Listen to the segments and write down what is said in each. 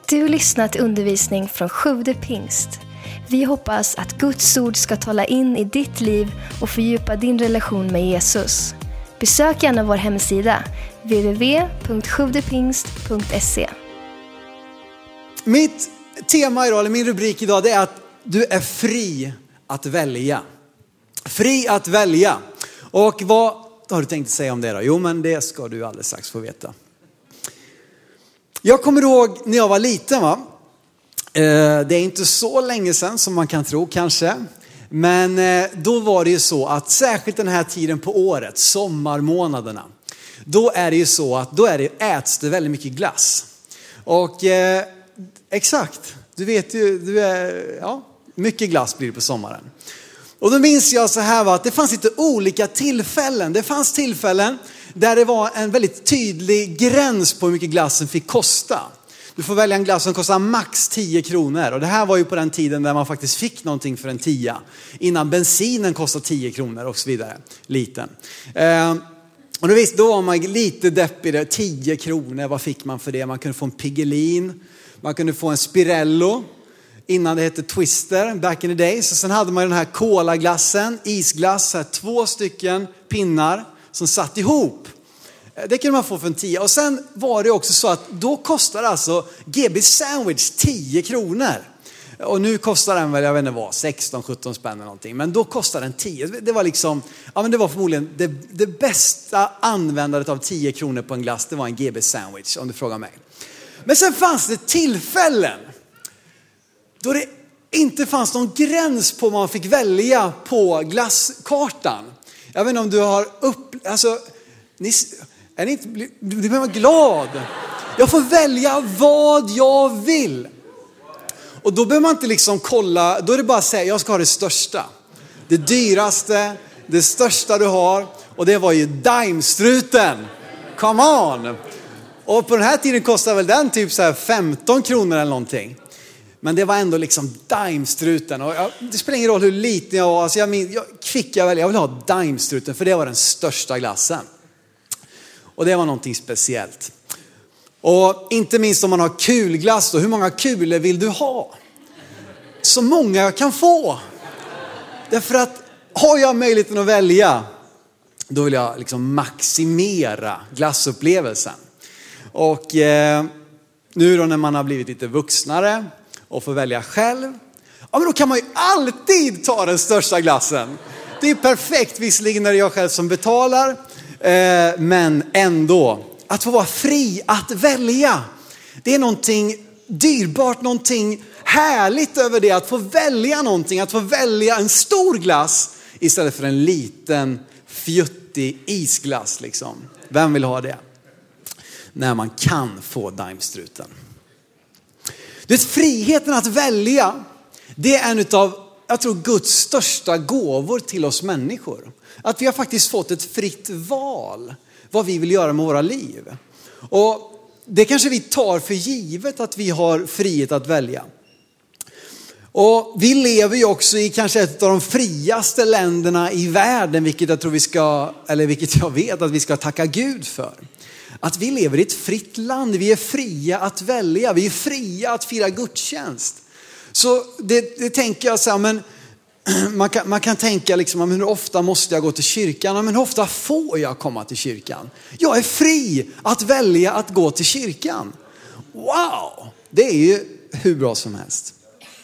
Du lyssnat till undervisning från Sjude Pingst. Vi hoppas att Guds ord ska tala in i ditt liv och fördjupa din relation med Jesus. Besök gärna vår hemsida, www.sjuvdepingst.se. Mitt tema idag, eller min rubrik idag, det är att du är fri att välja. Fri att välja. Och vad har du tänkt säga om det då? Jo, men det ska du alldeles strax få veta. Jag kommer ihåg när jag var liten, va? Det är inte så länge sedan som man kan tro kanske. Men då var det ju så att särskilt den här tiden på året, sommarmånaderna. Då är det ju så att äts det väldigt mycket glass. Och exakt, du vet ju, mycket glass blir det på sommaren. Och då minns jag så här, va, att det fanns lite olika tillfällen. Det fanns tillfällen där det var en väldigt tydlig gräns på hur mycket glassen fick kosta. Du får välja en glass som kostar max 10 kronor. Och det här var ju på den tiden där man faktiskt fick någonting för en 10. Innan bensinen kostade 10 kronor och så vidare. Liten. Och då var man lite deppig där. 10 kronor, vad fick man för det? Man kunde få en Piggelin. Man kunde få en Spirello. Innan det hette Twister, back in the days. Och sen hade man den här kolaglassen, isglass, här 2 stycken pinnar som satt ihop. Det kunde man få för en 10. Och sen var det också så att då kostade alltså GB Sandwich 10 kronor. Och nu kostar den väl, jag vet inte vad, 16-17 spänn eller någonting. Men då kostade den 10. Det var liksom, ja men det var förmodligen det bästa användandet av 10 kronor på en glass. Det var en GB Sandwich, om du frågar mig. Men sen fanns det tillfällen då det inte fanns någon gräns på vad man fick välja på glasskartan. Jag vet inte om du har du blir man glad. Jag får välja vad jag vill. Och då behöver man inte liksom kolla, då är det bara att säga jag ska ha det största. Det dyraste, det största du har. Och det var ju Daimstruten. Come on! Och på den här tiden kostade väl den typ så här 15 kronor eller någonting. Men det var ändå liksom Daimstruten. Och det spelar ingen roll hur liten jag var. Alltså jag vill ha Daimstruten, för det var den största glassen. Och det var någonting speciellt. Och inte minst om man har kulglass då. Hur många kulor vill du ha? Så många jag kan få. Därför att har jag möjligheten att välja, då vill jag liksom maximera glassupplevelsen. Och nu då när man har blivit lite vuxnare och får välja själv, ja men då kan man ju alltid ta den största glassen. Det är perfekt, visserligen när det är jag själv som betalar, men ändå. Att få vara fri att välja. Det är någonting dyrbart, någonting härligt över det. Att få välja någonting, att få välja en stor glass istället för en liten fjuttig isglass liksom. Vem vill ha det? När man kan få Daimstruten. Det är friheten att välja. Det är en av, jag tror, Guds största gåvor till oss människor. Att vi har faktiskt fått ett fritt val. Vad vi vill göra med våra liv. Och det kanske vi tar för givet att vi har frihet att välja. Och vi lever ju också i kanske ett av de friaste länderna i världen. Vilket jag vet att vi ska tacka Gud för. Att vi lever i ett fritt land. Vi är fria att välja. Vi är fria att fira gudstjänst. Så det tänker jag så här, men man kan tänka liksom, men hur ofta måste jag gå till kyrkan? Men hur ofta får jag komma till kyrkan? Jag är fri att välja att gå till kyrkan. Wow! Det är ju hur bra som helst.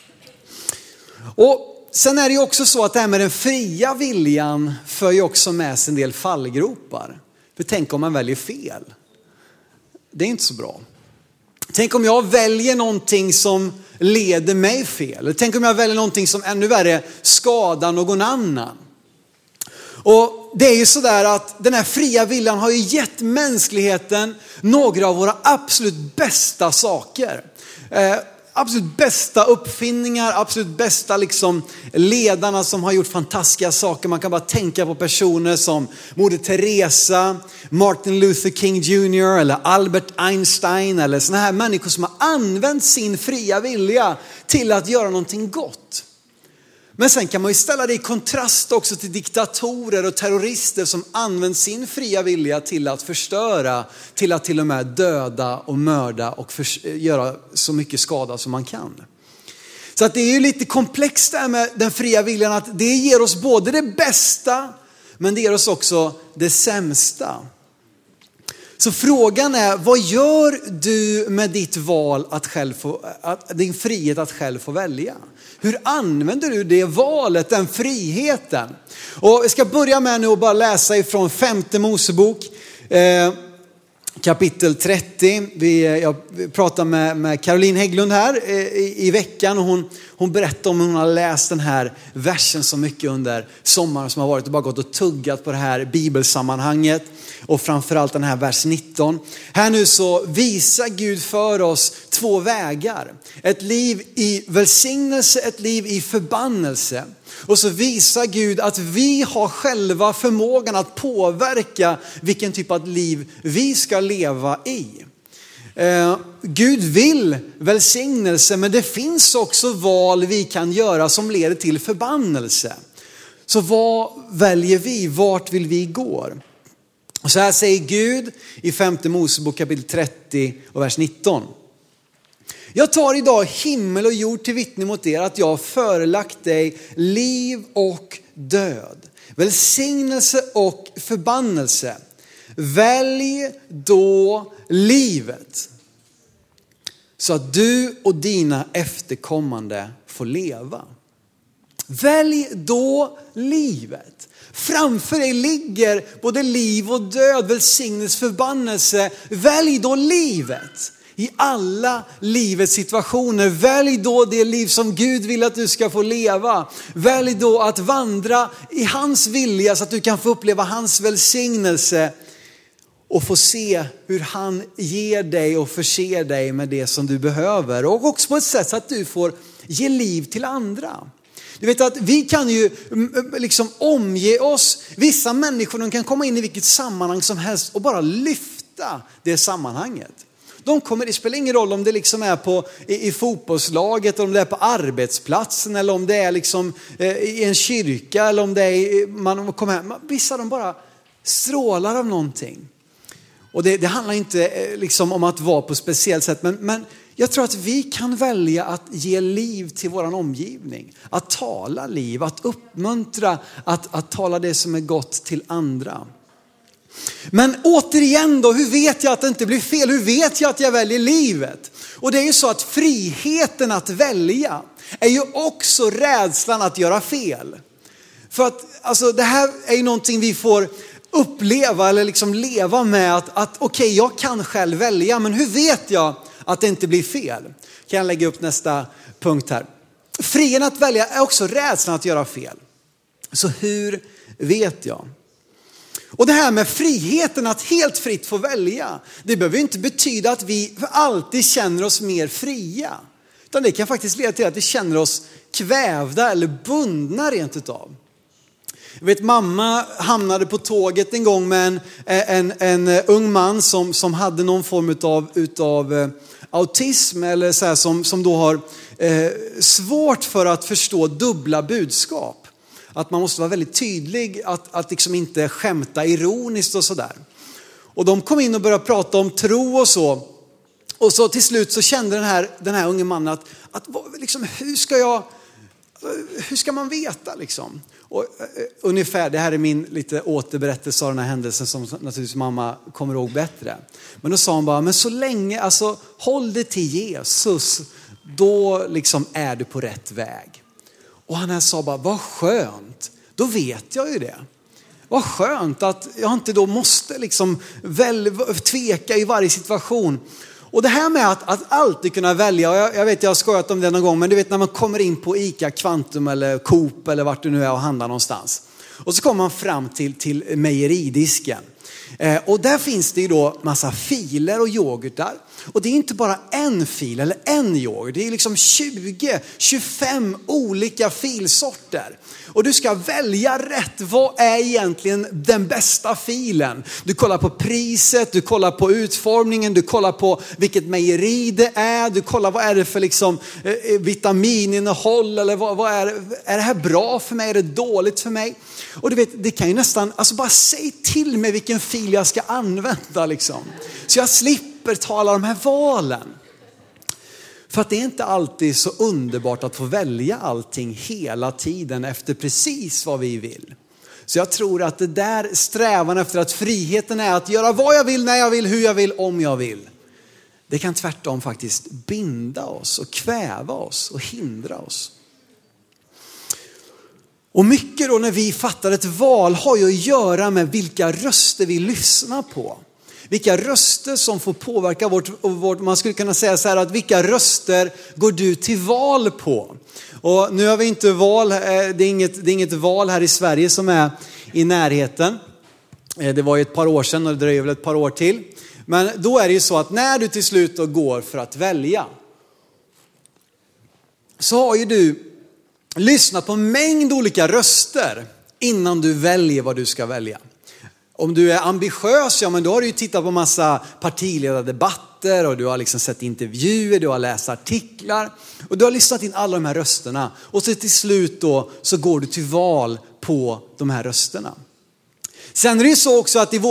Och sen är det ju också så att det här med den fria viljan för ju också med sig en del fallgropar. För tänk om man väljer fel. Det är inte så bra. Tänk om jag väljer någonting som leder mig fel. Tänk om jag väljer någonting som ännu värre skadar någon annan. Och det är ju sådär att den här fria viljan har ju gett mänskligheten några av våra absolut bästa saker. Absolut bästa uppfinningar, absolut bästa liksom ledarna som har gjort fantastiska saker. Man kan bara tänka på personer som Moder Teresa, Martin Luther King Jr. eller Albert Einstein eller såna här människor som har använt sin fria vilja till att göra någonting gott. Men sen kan man ju ställa det i kontrast också till diktatorer och terrorister som använder sin fria vilja till att förstöra, till att till och med döda och mörda och göra så mycket skada som man kan. Så att det är ju lite komplext där med den fria viljan, att det ger oss både det bästa men det ger oss också det sämsta. Så frågan är, vad gör du med ditt val din frihet att själv få välja? Hur använder du det valet, den friheten? Och jag ska börja med nu att bara läsa ifrån 5:e Mosebok, kapitel 30. Jag pratade med Caroline Hägglund här i veckan och hon berättade om hur hon har läst den här versen så mycket under sommaren som har varit och bara gått och tuggat på det här bibelsammanhanget. Och framförallt den här vers 19. Här nu så visar Gud för oss 2 vägar. Ett liv i välsignelse, ett liv i förbannelse. Och så visar Gud att vi har själva förmågan att påverka vilken typ av liv vi ska leva i. Gud vill välsignelse, men det finns också val vi kan göra som leder till förbannelse. Så vad väljer vi? Vart vill vi gå? Och så här säger Gud i 5:e Mosebok kapitel 30 och vers 19. Jag tar idag himmel och jord till vittne mot er att jag har förelagt dig liv och död, välsignelse och förbannelse. Välj då livet så att du och dina efterkommande får leva. Välj då livet. Framför dig ligger både liv och död, välsignelse, förbannelse. Välj då livet i alla livets situationer. Välj då det liv som Gud vill att du ska få leva. Välj då att vandra i hans vilja så att du kan få uppleva hans välsignelse och få se hur han ger dig och förser dig med det som du behöver. Och också på ett sätt så att du får ge liv till andra. Du vet att vi kan ju liksom omge oss. Vissa människor, de kan komma in i vilket sammanhang som helst och bara lyfta det sammanhanget. Det spelar ingen roll om det liksom är i fotbollslaget, eller om det är på arbetsplatsen, eller om det är liksom i en kyrka, eller om det är man kommer hem. Vissa de bara strålar av någonting. Och det handlar inte liksom om att vara på ett speciellt sätt, men jag tror att vi kan välja att ge liv till våran omgivning. Att tala liv, att uppmuntra, att tala det som är gott till andra. Men återigen då, hur vet jag att det inte blir fel? Hur vet jag att jag väljer livet? Och det är ju så att friheten att välja är ju också rädslan att göra fel. För att alltså, det här är ju någonting vi får uppleva eller liksom leva med att okej, jag kan själv välja, men hur vet jag att det inte blir fel? Kan jag lägga upp nästa punkt här. Friheten att välja är också rädslan att göra fel. Så hur vet jag? Och det här med friheten att helt fritt få välja, det behöver inte betyda att vi för alltid känner oss mer fria. Utan det kan faktiskt leda till att vi känner oss kvävda eller bundna rent utav. Jag vet, mamma hamnade på tåget en gång med en ung man som hade någon form utav autism, eller så här, som då har svårt för att förstå dubbla budskap. Att man måste vara väldigt tydlig, att liksom inte skämta ironiskt och sådär. Och de kom in och började prata om tro och så. Och så till slut så kände den här unge mannen att liksom, hur ska man veta liksom? Och ungefär, det här är min lite återberättelse av den här händelsen som naturligtvis mamma kommer ihåg bättre. Men då sa hon bara, men så länge, alltså håll dig till Jesus, då liksom är du på rätt väg. Och han här sa bara, vad skönt, då vet jag ju det. Vad skönt att jag inte då måste liksom tveka i varje situation. Och det här med att alltid kunna välja, och jag vet jag har skojat om det någon gång, men du vet när man kommer in på ICA, Kvantum eller Coop eller vart du nu är och handlar någonstans. Och så kommer man fram till mejeridisken. Och där finns det ju då massa filer och yoghurtar. Och det är inte bara en fil eller en yoghurt. Det är liksom 20-25 olika filsorter. Och du ska välja rätt. Vad är egentligen den bästa filen? Du kollar på priset, du kollar på utformningen, du kollar på vilket mejeri det är. Du kollar vad är det för liksom vitamininnehåll eller vad är det? Är det här bra för mig? Är det dåligt för mig? Och du vet, det kan ju nästan, alltså bara säg till mig vilken fil jag ska använda liksom. Så jag slipper ta alla de här valen. För att det är inte alltid så underbart att få välja allting hela tiden efter precis vad vi vill. Så jag tror att det där strävan efter att friheten är att göra vad jag vill, när jag vill, hur jag vill, om jag vill. Det kan tvärtom faktiskt binda oss och kväva oss och hindra oss. Och mycket då när vi fattar ett val har ju att göra med vilka röster vi lyssnar på. Vilka röster som får påverka vårt, man skulle kunna säga så här att vilka röster går du till val på? Och nu har vi inte val, det är inget val här i Sverige som är i närheten. Det var ju ett par år sedan och det dröjer väl ett par år till. Men då är det ju så att när du till slut då går för att välja, så har ju du lyssnat på en mängd olika röster innan du väljer vad du ska välja. Om du är ambitiös, ja men då har du ju tittat på massa partiledardebatter och du har liksom sett intervjuer, du har läst artiklar och du har lyssnat in alla de här rösterna. Och så till slut då så går du till val på de här rösterna. Sen är det ju så också att i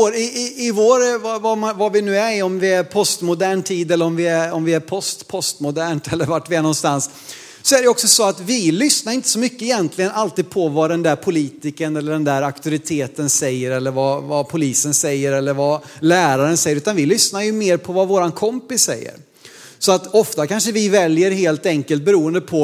vår vad vi nu är, om vi är postmodern tid eller om vi är postmodernt eller vart vi är någonstans, så är det också så att vi lyssnar inte så mycket egentligen alltid på vad den där politikern eller den där auktoriteten säger eller vad polisen säger eller vad läraren säger, utan vi lyssnar ju mer på vad våran kompis säger. Så att ofta kanske vi väljer helt enkelt beroende på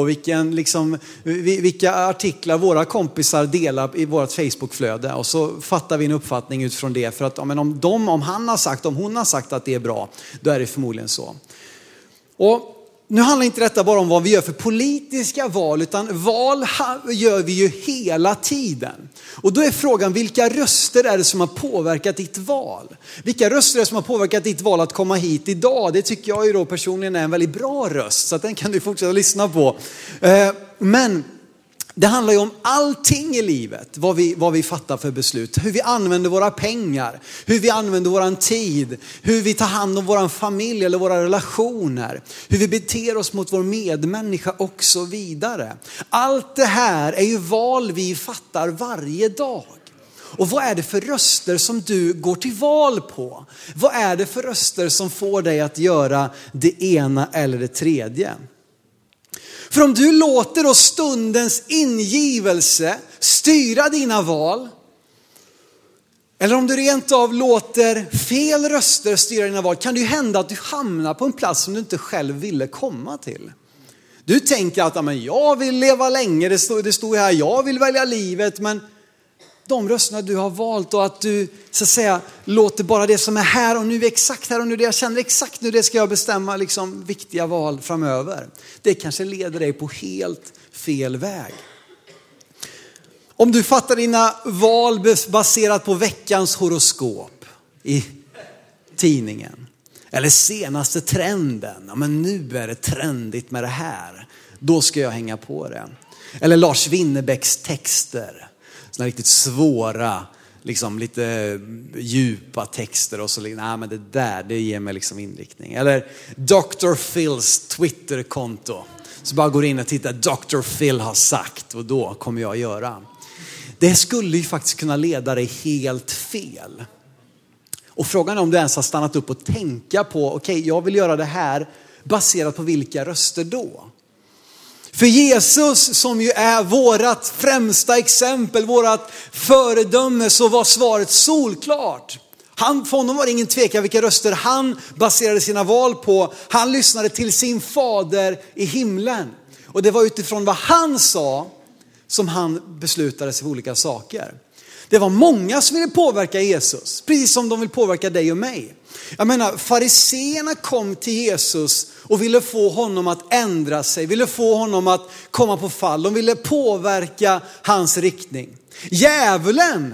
vilka artiklar våra kompisar delar i vårt Facebookflöde, och så fattar vi en uppfattning utifrån det, för att om hon har sagt att det är bra, då är det förmodligen så. Och nu handlar inte detta bara om vad vi gör för politiska val, utan val gör vi ju hela tiden. Och då är frågan, vilka röster är det som har påverkat ditt val? Vilka röster är det som har påverkat ditt val att komma hit idag? Det tycker jag ju då personligen är en väldigt bra röst, så att den kan du fortsätta lyssna på. Men det handlar ju om allting i livet, vad vi fattar för beslut. Hur vi använder våra pengar, hur vi använder våran tid, hur vi tar hand om våran familj eller våra relationer, hur vi beter oss mot vår medmänniska och så vidare. Allt det här är ju val vi fattar varje dag. Och vad är det för röster som du går till val på? Vad är det för röster som får dig att göra det ena eller det tredje? För om du låter då stundens ingivelse styra dina val, eller om du rent av låter fel röster styra dina val, kan det ju hända att du hamnar på en plats som du inte själv ville komma till. Du tänker att jag vill leva länge, det står här, jag vill välja livet, men de rösterna du har valt och att du så att säga låter bara det som är här och nu, exakt här och nu, det jag känner exakt nu, det ska jag bestämma liksom viktiga val framöver. Det kanske leder dig på helt fel väg. Om du fattar dina val baserat på veckans horoskop i tidningen eller senaste trenden, ja men nu är det trendigt med det här, då ska jag hänga på det. Eller Lars Winnerbäcks texter. Såna riktigt svåra, liksom lite djupa texter och så. Nej men det ger mig liksom inriktning. Eller Dr. Phils Twitterkonto. Så bara går in och tittar, Dr. Phil har sagt och då kommer jag göra. Det skulle ju faktiskt kunna leda dig helt fel. Och frågan är om du ens har stannat upp och tänka på, okej, jag vill göra det här baserat på vilka röster då? För Jesus som ju är vårat främsta exempel, vårat föredöme, så var svaret solklart. För honom var det ingen tvekan vilka röster han baserade sina val på. Han lyssnade till sin fader i himlen. Och det var utifrån vad han sa som han beslutade sig för olika saker. Det var många som ville påverka Jesus, precis som de vill påverka dig och mig. Jag menar, fariseerna kom till Jesus och ville få honom att ändra sig, ville få honom att komma på fall. De ville påverka hans riktning. Djävulen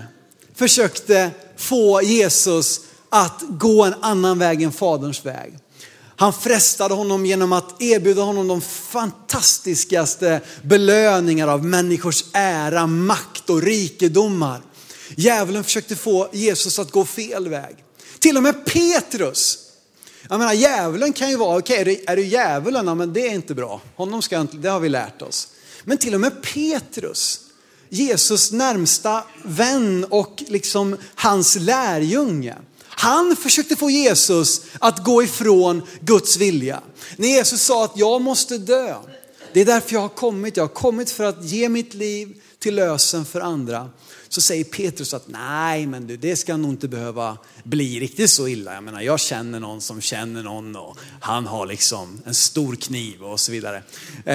försökte få Jesus att gå en annan väg än faderns väg. Han frestade honom genom att erbjuda honom de fantastiskaste belöningar av människors ära, makt och rikedomar. Djävulen försökte få Jesus att gå fel väg. Till och med Petrus. Jag menar, djävulen kan ju vara, okej, är du djävulen? Ja, men det är inte bra. Honom ska inte, det har vi lärt oss. Men till och med Petrus, Jesus närmsta vän och liksom hans lärjunge. Han försökte få Jesus att gå ifrån Guds vilja. När Jesus sa att jag måste dö. Det är därför jag har kommit. Jag har kommit för att ge mitt liv till lösen för andra. Så säger Petrus att nej, men du, det ska nog inte behöva bli riktigt så illa. Jag menar, jag känner någon som känner någon och han har liksom en stor kniv och så vidare.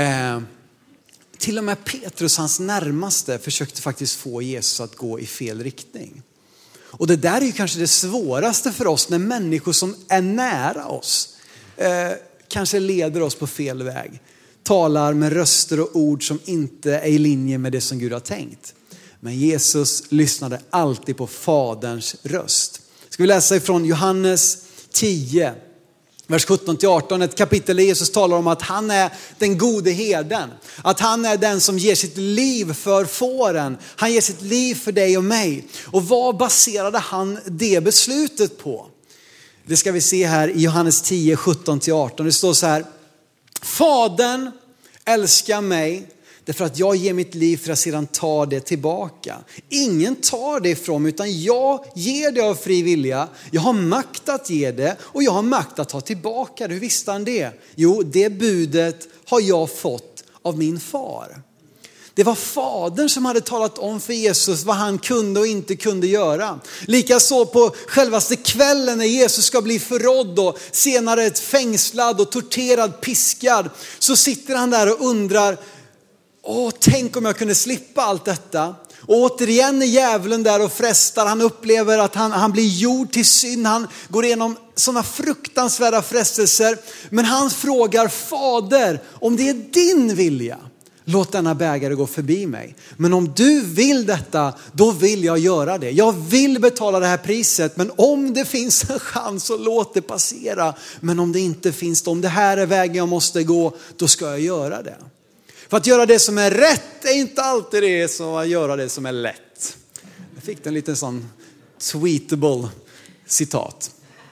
Till och med Petrus, hans närmaste, försökte faktiskt få Jesus att gå i fel riktning. Och det där är ju kanske det svåraste för oss när människor som är nära oss kanske leder oss på fel väg. Talar med röster och ord som inte är i linje med det som Gud har tänkt. Men Jesus lyssnade alltid på Faderns röst. Ska vi läsa ifrån Johannes 10, vers 17-18. Ett kapitel där Jesus talar om att han är den gode herden. Att han är den som ger sitt liv för fåren. Han ger sitt liv för dig och mig. Och vad baserade han det beslutet på? Det ska vi se här i Johannes 10, 17-18. Det står så här. Fadern älskar mig därför att jag ger mitt liv för att sedan ta det tillbaka. Ingen tar det ifrån mig utan jag ger det av fri vilja. Jag har makt att ge det och jag har makt att ta tillbaka det. Hur visste han det? Jo, det budet har jag fått av min far. Det var Fadern som hade talat om för Jesus vad han kunde och inte kunde göra. Likaså på självaste kvällen när Jesus ska bli förrådd och senare fängslad och torterad, piskad. Så sitter han där och undrar, tänk om jag kunde slippa allt detta. Och återigen är djävulen där och frestar. Han upplever att han blir gjord till synd. Han går igenom sådana fruktansvärda frestelser. Men han frågar Fader, om det är din vilja, låt denna bägare gå förbi mig. Men om du vill detta, då vill jag göra det. Jag vill betala det här priset. Men om det finns en chans så låt det passera. Men om det inte finns, om det här är vägen jag måste gå, då ska jag göra det. För att göra det som är rätt är inte alltid det som att göra det som är lätt. Jag fick en liten sån tweetable citat.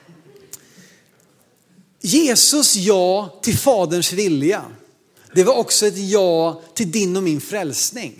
Jesus ja till Faderns vilja. Det var också ett ja till din och min frälsning.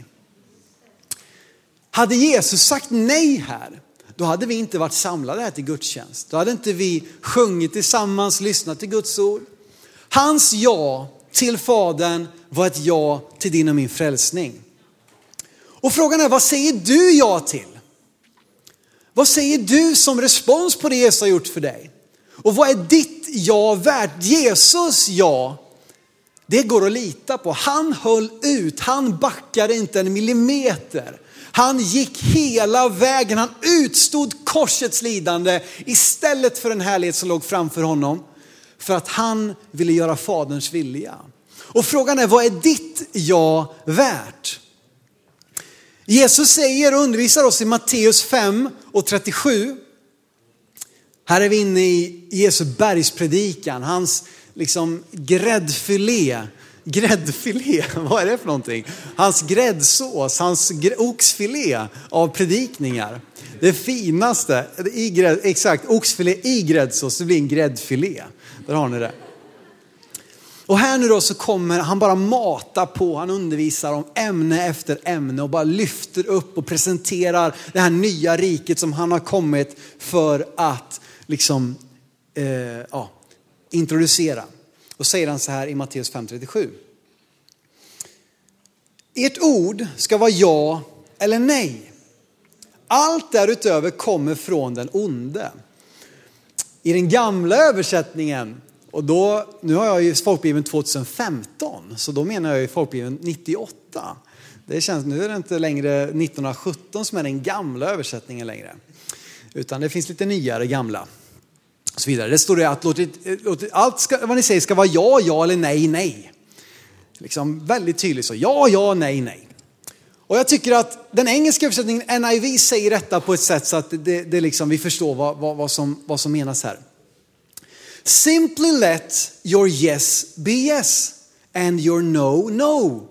Hade Jesus sagt nej här, då hade vi inte varit samlade här till gudstjänst. Då hade inte vi sjungit tillsammans, lyssnat till Guds ord. Hans ja till Fadern var ett ja till din och min frälsning. Och frågan är, vad säger du ja till? Vad säger du som respons på det Jesus har gjort för dig? Och vad är ditt ja värt? Jesus ja, det går att lita på. Han höll ut, han backade inte en millimeter. Han gick hela vägen, han utstod korsets lidande istället för en härlighet som låg framför honom. För att han ville göra Faderns vilja. Och frågan är, vad är ditt ja värt? Jesus säger och undervisar oss i Matteus 5 och 37. Här är vi inne i Jesu bergspredikan. Hans liksom gräddfilé, vad är det för någonting? Hans gräddsås, hans oxfilé av predikningar. Det finaste, exakt, oxfilé i gräddsås, det blir en gräddfilé. Där har ni det. Och här nu då så kommer han bara mata på, han undervisar om ämne efter ämne och bara lyfter upp och presenterar det här nya riket som han har kommit för att liksom introducera. Och säger han så här i Matteus 5:37. Ert ord ska vara ja eller nej. Allt därutöver kommer från den onde. I den gamla översättningen, och då, nu har jag ju folkbibeln 2015, så då menar jag ju folkbibeln 98. Det känns, nu är det inte längre 1917 som är den gamla översättningen längre. Utan det finns lite nyare gamla. Och så vidare. Det står det att låt allt ska, vad ni säger ska vara ja, ja eller nej, nej. Liksom väldigt tydligt så, ja, ja, nej, nej. Och jag tycker att den engelska översättningen NIV säger detta på ett sätt så att det liksom, vi förstår vad som menas här. Simply let your yes be yes and your no, no.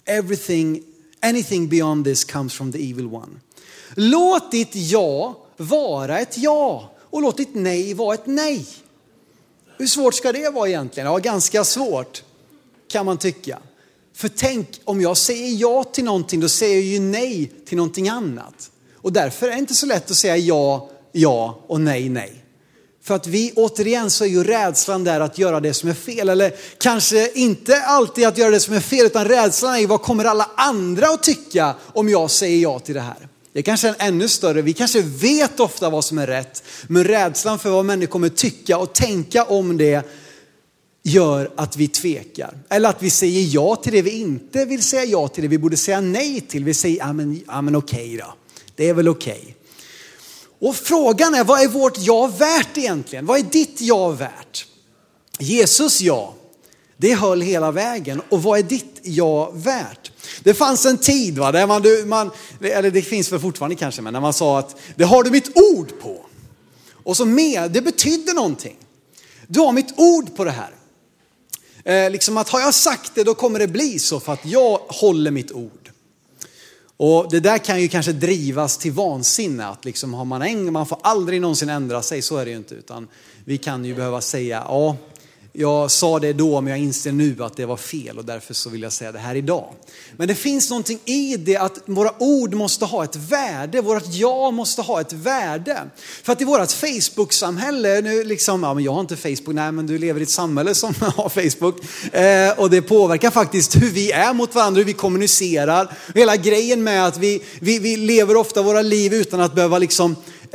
Anything beyond this comes from the evil one. Låt ditt ja vara ett ja och låt ditt nej vara ett nej. Hur svårt ska det vara egentligen? Ja, ganska svårt kan man tycka. För tänk, om jag säger ja till någonting, då säger jag ju nej till någonting annat. Och därför är det inte så lätt att säga ja, ja och nej, nej. För att vi, återigen, så är ju rädslan där att göra det som är fel. Eller kanske inte alltid att göra det som är fel, utan rädslan är ju vad kommer alla andra att tycka om jag säger ja till det här. Det är kanske en ännu större, vi kanske vet ofta vad som är rätt. Men rädslan för vad människor kommer tycka och tänka om det gör att vi tvekar. Eller att vi säger ja till det vi inte vill säga ja till, det vi borde säga nej till. Vi säger ja men okej då, det är väl okej. Och frågan är, vad är vårt ja värt egentligen? Vad är ditt ja värt? Jesus ja, det höll hela vägen. Och vad är ditt ja värt? Det fanns en tid där man eller det finns väl fortfarande kanske, men när man sa att det har du mitt ord på. Och så med, det betydde någonting. Du har mitt ord på det här. Liksom att har jag sagt det, då kommer det bli så, för att jag håller mitt ord. Och det där kan ju kanske drivas till vansinne, att liksom har man får aldrig någonsin ändra sig, så är det ju inte, utan vi kan ju behöva säga ja, jag sa det då, men jag inser nu att det var fel och därför så vill jag säga det här idag. Men det finns någonting i det att våra ord måste ha ett värde, vårt ja måste ha ett värde. För att i vårt Facebook-samhälle, nu liksom, ja men jag har inte Facebook, nej men du lever i ett samhälle som har Facebook. Och det påverkar faktiskt hur vi är mot varandra, hur vi kommunicerar. Hela grejen med att vi lever ofta våra liv utan att behöva liksom...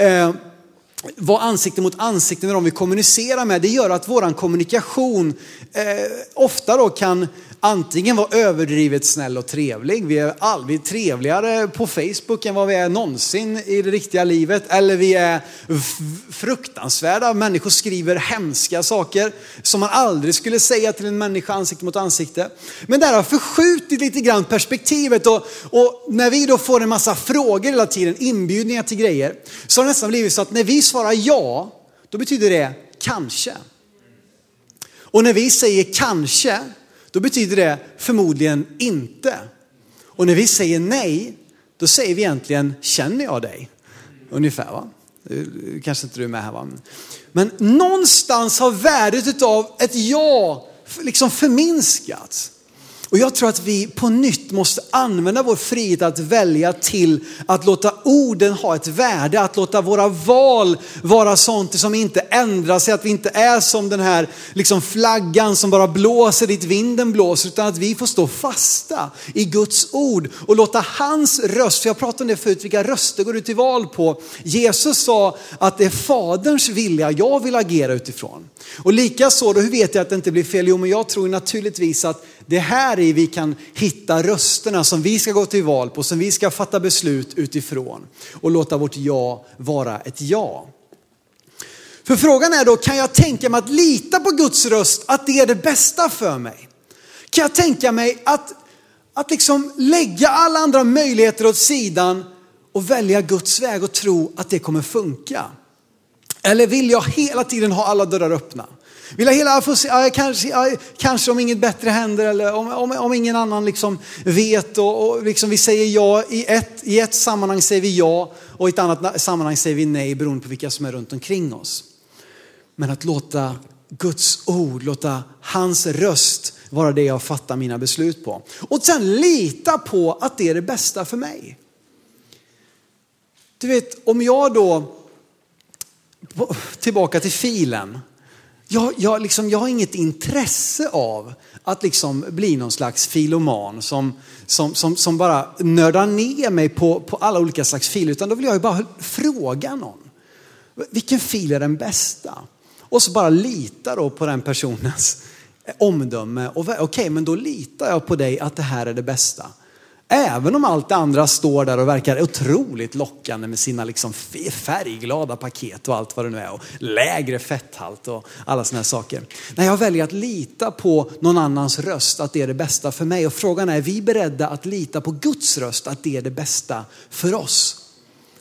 vara ansikte mot ansikte med dem vi kommunicerar med. Det gör att våran kommunikation ofta då kan antingen vara överdrivet snäll och trevlig. Vi är trevligare på Facebook än vad vi är någonsin i det riktiga livet. Eller vi är fruktansvärda. Människor skriver hemska saker som man aldrig skulle säga till en människa ansikte mot ansikte. Men det har förskjutit lite grann perspektivet. Och när vi då får en massa frågor hela tiden, inbjudningar till grejer, så har det nästan blivit så att när vi svarar ja, då betyder det kanske. Och när vi säger kanske, då betyder det förmodligen inte. Och när vi säger nej, då säger vi egentligen känner jag dig. Ungefär va? Kanske inte du är med här va? Men någonstans har värdet av ett ja liksom förminskats. Och jag tror att vi på nytt måste använda vår frihet att välja till att låta orden ha ett värde. Att låta våra val vara sånt som inte ändrar sig. Att vi inte är som den här liksom flaggan som bara blåser dit vinden blåser. Utan att vi får stå fasta i Guds ord och låta hans röst. För jag pratade om det förut, vilka röster går du till val på? Jesus sa att det är faderns vilja jag vill agera utifrån. Och lika så då, hur vet jag att det inte blir fel? Jo, men jag tror naturligtvis att det här är vi kan hitta rösterna som vi ska gå till val på, som vi ska fatta beslut utifrån och låta vårt ja vara ett ja. För frågan är då, kan jag tänka mig att lita på Guds röst, att det är det bästa för mig? Kan jag tänka mig att liksom lägga alla andra möjligheter åt sidan och välja Guds väg och tro att det kommer funka? Eller vill jag hela tiden ha alla dörrar öppna? Vill jag kanske om inget bättre händer eller om ingen annan liksom vet och liksom vi säger ja i ett sammanhang säger vi ja och i ett annat sammanhang säger vi nej beroende på vilka som är runt omkring oss. Men att låta Guds ord, låta hans röst vara det jag fattar mina beslut på. Och sen lita på att det är det bästa för mig. Du vet, om jag då tillbaka till filen. Jag har inget intresse av att liksom bli någon slags filoman som bara nördar ner mig på alla olika slags filer. Utan då vill jag ju bara fråga någon. Vilken fil är den bästa? Och så bara lita då på den personens omdöme. Och okej, men då litar jag på dig att det här är det bästa. Även om allt det andra står där och verkar otroligt lockande med sina liksom färgglada paket och allt vad det nu är. Och lägre fetthalt och alla såna här saker. När jag väljer att lita på någon annans röst att det är det bästa för mig. Och frågan är vi beredda att lita på Guds röst att det är det bästa för oss?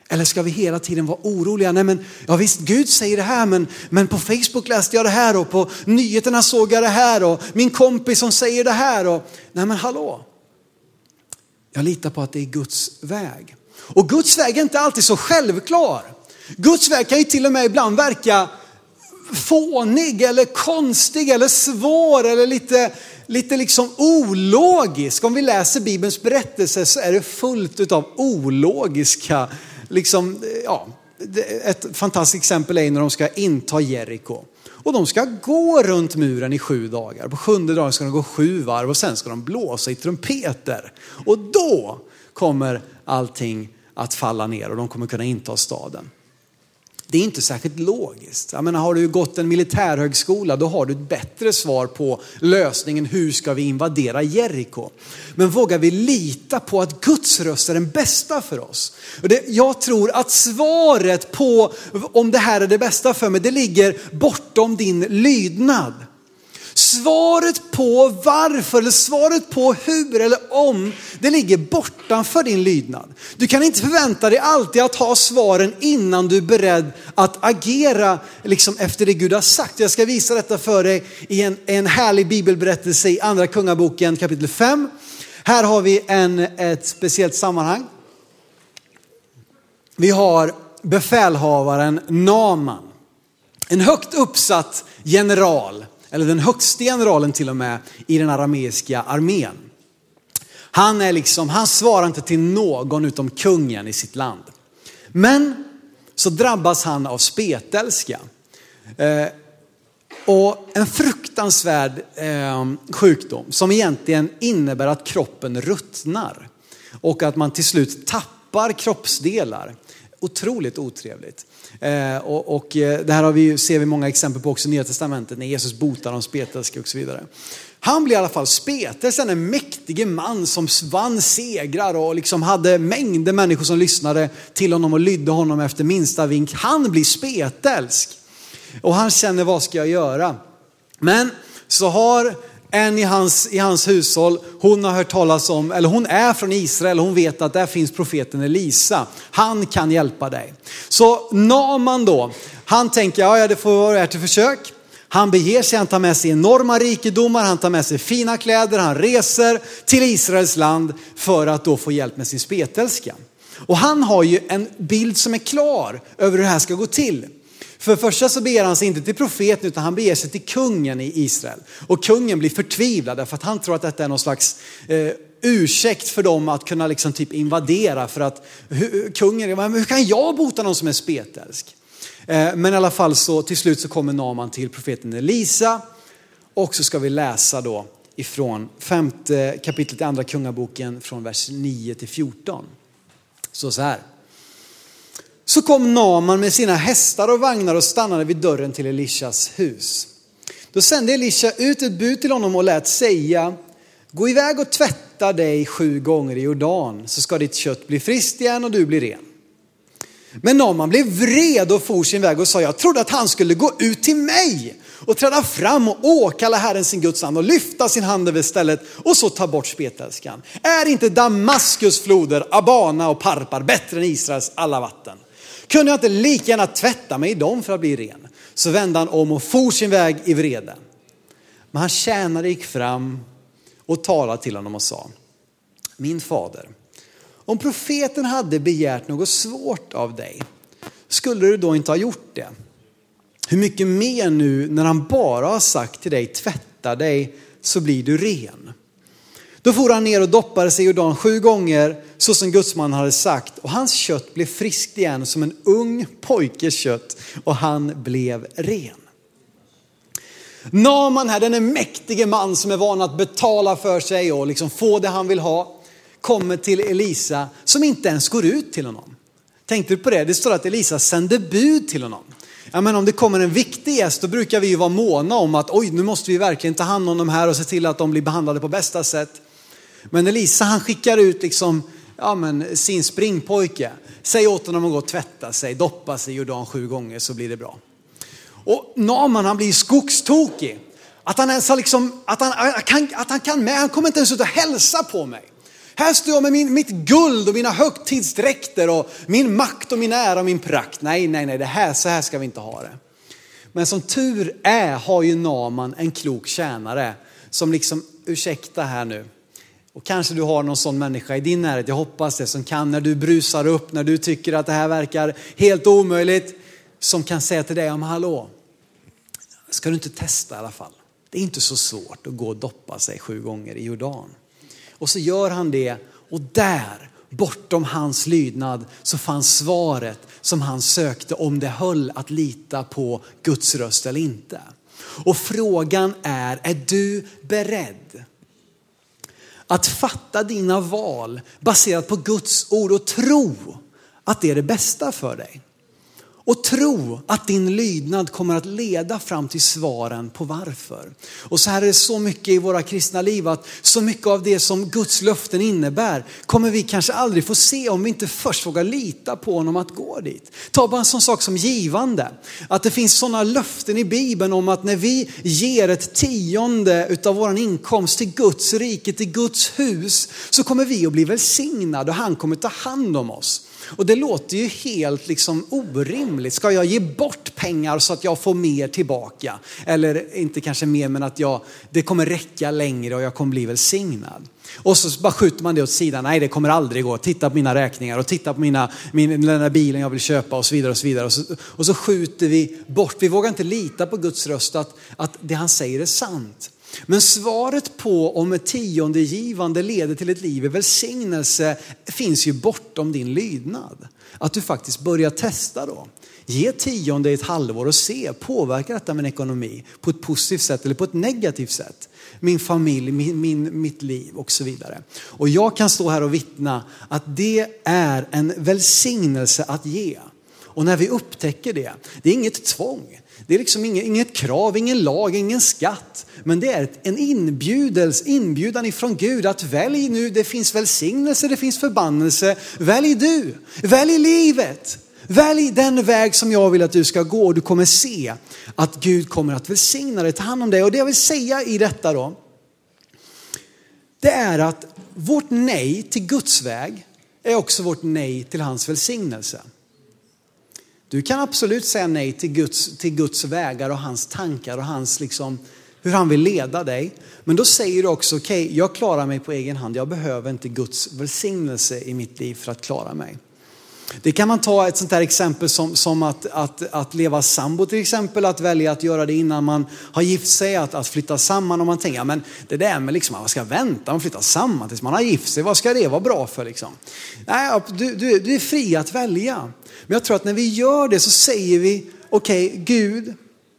Eller ska vi hela tiden vara oroliga? Nej men, ja visst, Gud säger det här, men på Facebook läste jag det här och på nyheterna såg jag det här och min kompis som säger det här. Nej men hallå. Jag litar på att det är Guds väg. Och Guds väg är inte alltid så självklar. Guds väg kan ju till och med ibland verka fånig eller konstig eller svår eller lite liksom ologisk. Om vi läser Bibelns berättelse så är det fullt av ologiska, liksom, ja, ett fantastiskt exempel är när de ska inta Jeriko. Och de ska gå runt muren i 7 dagar. På 7:e dagen ska de gå 7 varv och sen ska de blåsa i trumpeter. Och då kommer allting att falla ner och de kommer kunna inta staden. Det är inte särskilt logiskt. Jag menar, har du gått en militärhögskola, då har du ett bättre svar på lösningen. Hur ska vi invadera Jeriko? Men vågar vi lita på att Guds röst är den bästa för oss? Jag tror att svaret på om det här är det bästa för mig, det ligger bortom din lydnad. Svaret på varför eller svaret på hur eller om, det ligger bortanför din lydnad. Du kan inte förvänta dig alltid att ha svaren innan du är beredd att agera liksom efter det Gud har sagt. Jag ska visa detta för dig i en härlig bibelberättelse i Andra Kungaboken kapitel 5. Här har vi ett speciellt sammanhang. Vi har befälhavaren Naaman. En högt uppsatt general. Eller den högsta generalen till och med i den arameiska armén. Han svarar inte till någon utom kungen i sitt land. Men så drabbas han av spetälska. Och en fruktansvärd sjukdom som egentligen innebär att kroppen ruttnar. Och att man till slut tappar kroppsdelar. Otroligt otrevligt. Och det här ser vi många exempel på också i Nya Testamentet när Jesus botar om spetälska och så vidare. Han blir i alla fall spetälska, en mäktig man som vann segrar och liksom hade mängder människor som lyssnade till honom och lydde honom efter minsta vink. Han blir spetälsk och han känner, vad ska jag göra? Men så har en i hans hushåll, hon har hört talas om, eller hon är från Israel, hon vet att där finns profeten Elisa. Han kan hjälpa dig. Så Naaman då, han tänker, ja det får vara ett försök. Han beger sig, han tar med sig enorma rikedomar, han tar med sig fina kläder, han reser till Israels land för att då få hjälp med sin spetälska. Och han har ju en bild som är klar över hur det här ska gå till. För första så beger han sig inte till profeten utan han beger sig till kungen i Israel. Och kungen blir förtvivlad därför att han tror att detta är någon slags ursäkt för dem att kunna liksom typ invadera. För att kungen, hur kan jag bota någon som är spetälsk? Men i alla fall så till slut så kommer Naaman till profeten Elisa. Och så ska vi läsa då ifrån 5:e kapitlet i Andra Kungaboken från vers 9-14. Så här. Så kom Naaman med sina hästar och vagnar och stannade vid dörren till Elishas hus. Då sände Elisha ut ett bud till honom och lät säga: gå iväg och tvätta dig 7 gånger i Jordan, så ska ditt kött bli friskt igen och du blir ren. Men Naaman blev vred och for sin väg och sa: jag trodde att han skulle gå ut till mig och träda fram och åkalla Herren sin Guds namn och lyfta sin hand över stället och så ta bort spetälskan. Är inte Damaskus floder, Abana och Parpar bättre än Israels alla vatten? Kunde jag inte lika gärna tvätta mig i dem för att bli ren? Så vände han om och for sin väg i vrede. Men hans tjänare gick fram och talade till honom och sa: min fader, om profeten hade begärt något svårt av dig, skulle du då inte ha gjort det? Hur mycket mer nu när han bara har sagt till dig: tvätta dig så blir du ren. Då for han ner och doppade sig i Jordan 7 gånger så som Gudsman hade sagt. Och hans kött blev friskt igen som en ung pojkes kött och han blev ren. Naaman här, den är mäktige man som är van att betala för sig och liksom få det han vill ha, kommer till Elisa som inte ens går ut till honom. Tänkte du på det? Det står att Elisa sände bud till honom. Ja, men om det kommer en viktig gäst, då brukar vi ju vara måna om att nu måste vi verkligen ta hand om de här och se till att de blir behandlade på bästa sätt. Men Elisa, han skickar ut liksom, sin springpojke. Säg åt honom att gå och tvätta sig, doppa sig i Jordan 7 gånger så blir det bra. Och Naaman, han blir skogstokig. Att han ens har liksom, att han kan med, han kommer inte ens ut och hälsa på mig. Här står jag med mitt guld och mina högtidsdräkter och min makt och min ära och min prakt. Nej, så här ska vi inte ha det. Men som tur är har ju Naaman en klok tjänare som liksom, ursäkta här nu. Och kanske du har någon sån människa i din närhet, jag hoppas det, som kan när du brusar upp, när du tycker att det här verkar helt omöjligt, som kan säga till dig, hallå, ska du inte testa i alla fall? Det är inte så svårt att gå och doppa sig 7 gånger i Jordan. Och så gör han det, och där, bortom hans lydnad, så fanns svaret som han sökte, om det höll att lita på Guds röst eller inte. Och frågan är du beredd att fatta dina val baserat på Guds ord och tro att det är det bästa för dig? Och tro att din lydnad kommer att leda fram till svaren på varför. Och så här är det så mycket i våra kristna liv, att så mycket av det som Guds löften innebär kommer vi kanske aldrig få se om vi inte först vågar lita på honom att gå dit. Ta bara en sån sak som givande. Att det finns sådana löften i Bibeln om att när vi ger ett 10 utav våran inkomst till Guds rike, till Guds hus, så kommer vi att bli välsignade och han kommer ta hand om oss. Och det låter ju helt liksom orimligt. Ska jag ge bort pengar så att jag får mer tillbaka? Eller inte kanske mer, men att det kommer räcka längre och jag kommer bli välsignad. Och så bara skjuter man det åt sidan. Nej, det kommer aldrig gå. Titta på mina räkningar och titta på den där bilen jag vill köpa och så vidare och så vidare. Och så skjuter vi bort. Vi vågar inte lita på Guds röst att det han säger är sant. Men svaret på om ett 10:e givande leder till ett liv i välsignelse finns ju bortom din lydnad. Att du faktiskt börjar testa då. Ge 10:e i ett halvår och se, påverkar detta min ekonomi på ett positivt sätt eller på ett negativt sätt? Min familj, mitt liv och så vidare. Och jag kan stå här och vittna att det är en välsignelse att ge. Och när vi upptäcker det är inget tvång. Det är liksom inget krav, ingen lag, ingen skatt. Men det är en inbjudan ifrån Gud att välj nu. Det finns välsignelse, det finns förbannelse. Välj du, välj livet. Välj den väg som jag vill att du ska gå. Och du kommer se att Gud kommer att välsigna dig, ta hand om dig. Och det jag vill säga i detta då, det är att vårt nej till Guds väg är också vårt nej till hans välsignelse. Du kan absolut säga nej till Guds vägar och hans tankar och hans hur han vill leda dig. Men då säger du också, okej, jag klarar mig på egen hand. Jag behöver inte Guds välsignelse i mitt liv för att klara mig. Det kan man ta ett sånt här exempel som att leva sambo till exempel. Att välja att göra det innan man har gift sig. Att flytta samman. Och man tänker, men det där med man ska vänta och flytta samman tills man har gift sig. Vad ska det vara bra för Nej, du är fri att välja. Men jag tror att när vi gör det så säger vi, okej, Gud,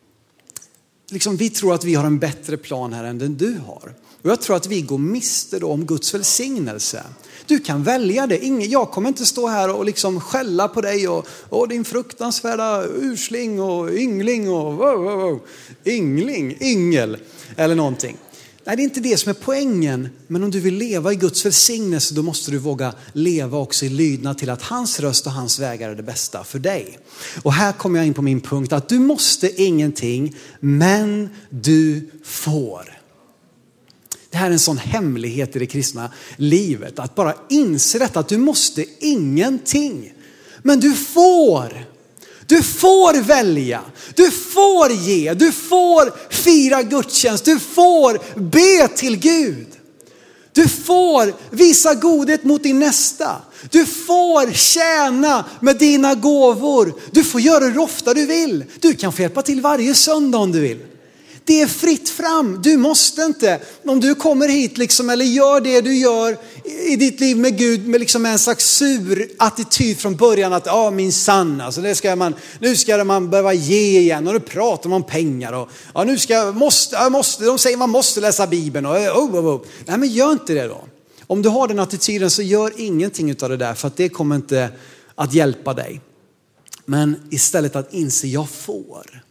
vi tror att vi har en bättre plan här än den du har. Och jag tror att vi går miste då om Guds välsignelse. Du kan välja det. Jag kommer inte stå här och skälla på dig och din fruktansvärda ursling och yngling och yngel eller någonting. Nej, det är inte det som är poängen. Men om du vill leva i Guds välsignelse, då måste du våga leva också i lydnad till att hans röst och hans vägar är det bästa för dig. Och här kommer jag in på min punkt att du måste ingenting, men du får. Det här är en sån hemlighet i det kristna livet. Att bara inse detta, att du måste ingenting. Men du får. Du får välja. Du får ge. Du får fira gudstjänst. Du får be till Gud. Du får visa godhet mot din nästa. Du får tjäna med dina gåvor. Du får göra det ofta du vill. Du kan få hjälpa till varje söndag om du vill. Det är fritt fram. Du måste inte. Om du kommer hit eller gör det du gör i ditt liv med Gud med en slags sur attityd från början att min sann, nu ska man behöva ge igen och nu pratar man om pengar och måste, de säger man måste läsa Bibeln och Nej, men gör inte det då. Om du har den attityden så gör ingenting av det där, för att det kommer inte att hjälpa dig. Men istället att inse, jag får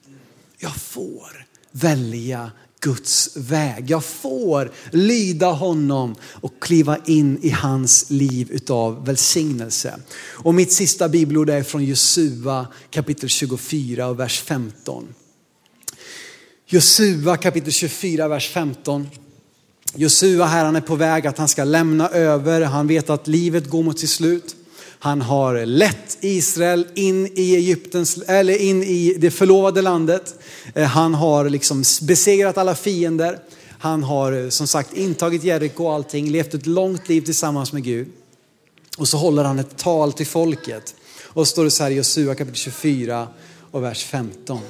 välja Guds väg. Jag får lyda honom och kliva in i hans liv utav välsignelse. Och mitt sista bibelord är från Josua kapitel 24 och vers 15. Josua kapitel 24 vers 15. Josua här, han är på väg att han ska lämna över. Han vet att livet går mot sitt slut. Han har lett Israel in i det förlovade landet. Han har liksom besegrat alla fiender. Han har som sagt intagit Jeriko och allting. Levt ett långt liv tillsammans med Gud. Och så håller han ett tal till folket. Och så står det så här i Josua kapitel 24 och vers 15.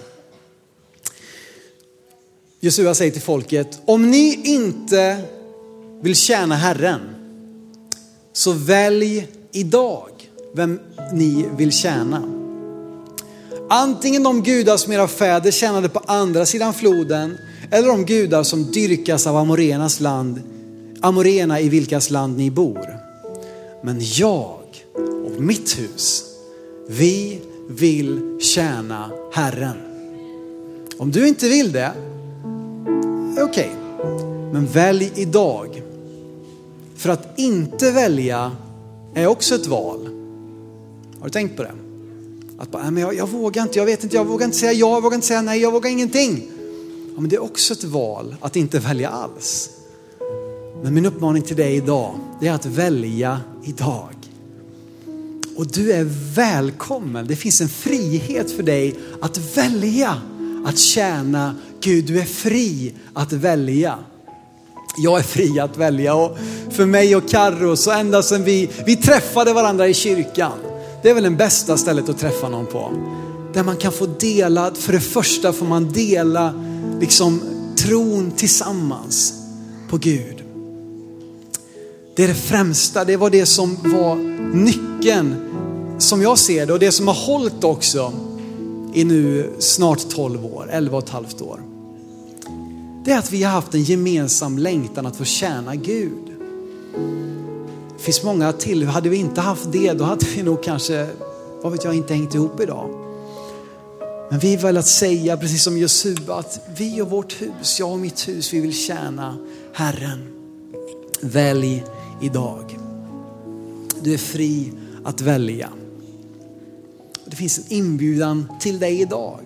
Josua säger till folket: om ni inte vill tjäna Herren, så välj idag vem ni vill tjäna. Antingen de gudar som era fäder tjänade på andra sidan floden, eller de gudar som dyrkas av amorena i vilkas land ni bor. Men jag och mitt hus, vi vill tjäna Herren. Om du inte vill det, okej. Men välj idag. För att inte välja är också ett val. Har du tänkt på det? Att bara, men jag vågar inte, jag vet inte, jag vågar inte säga ja, jag vågar inte säga nej, jag vågar ingenting. Ja, men det är också ett val att inte välja alls. Men min uppmaning till dig idag, det är att välja idag. Och du är välkommen. Det finns en frihet för dig att välja att tjäna Gud. Du är fri att välja. Jag är fri att välja, och för mig och Karro så ända sedan vi träffade varandra i kyrkan. Det är väl den bästa stället att träffa någon på. Där man kan få dela, för det första får man dela liksom tron tillsammans på Gud. Det är det främsta, det var det som var nyckeln som jag ser det, och det som har hållit också i nu snart 12 år, 11,5 år. Det är att vi har haft en gemensam längtan att få tjäna Gud. Det finns många till, hade vi inte haft det, då hade vi nog kanske, vad vet jag, inte hängt ihop idag. Men vi vill att säga, precis som Josua, att vi och vårt hus, jag och mitt hus, vi vill tjäna Herren. Välj idag. Du är fri att välja. Det finns en inbjudan till dig idag.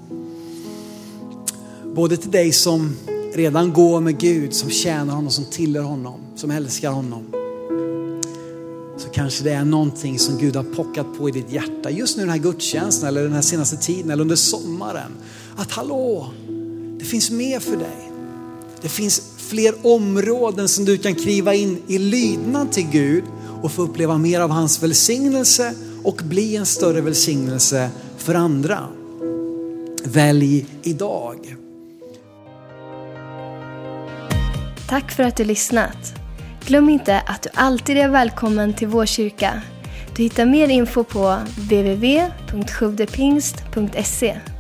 Både till dig som redan går med Gud, som tjänar honom, som tillhör honom, som älskar honom. Så kanske det är någonting som Gud har pockat på i ditt hjärta just nu, den här gudstjänsten eller den här senaste tiden eller under sommaren. Att hallå, det finns mer för dig. Det finns fler områden som du kan kliva in i lydnad till Gud och få uppleva mer av hans välsignelse och bli en större välsignelse för andra. Välj idag. Tack för att du lyssnat. Glöm inte att du alltid är välkommen till vår kyrka. Du hittar mer info på www.sjuvdepingst.se.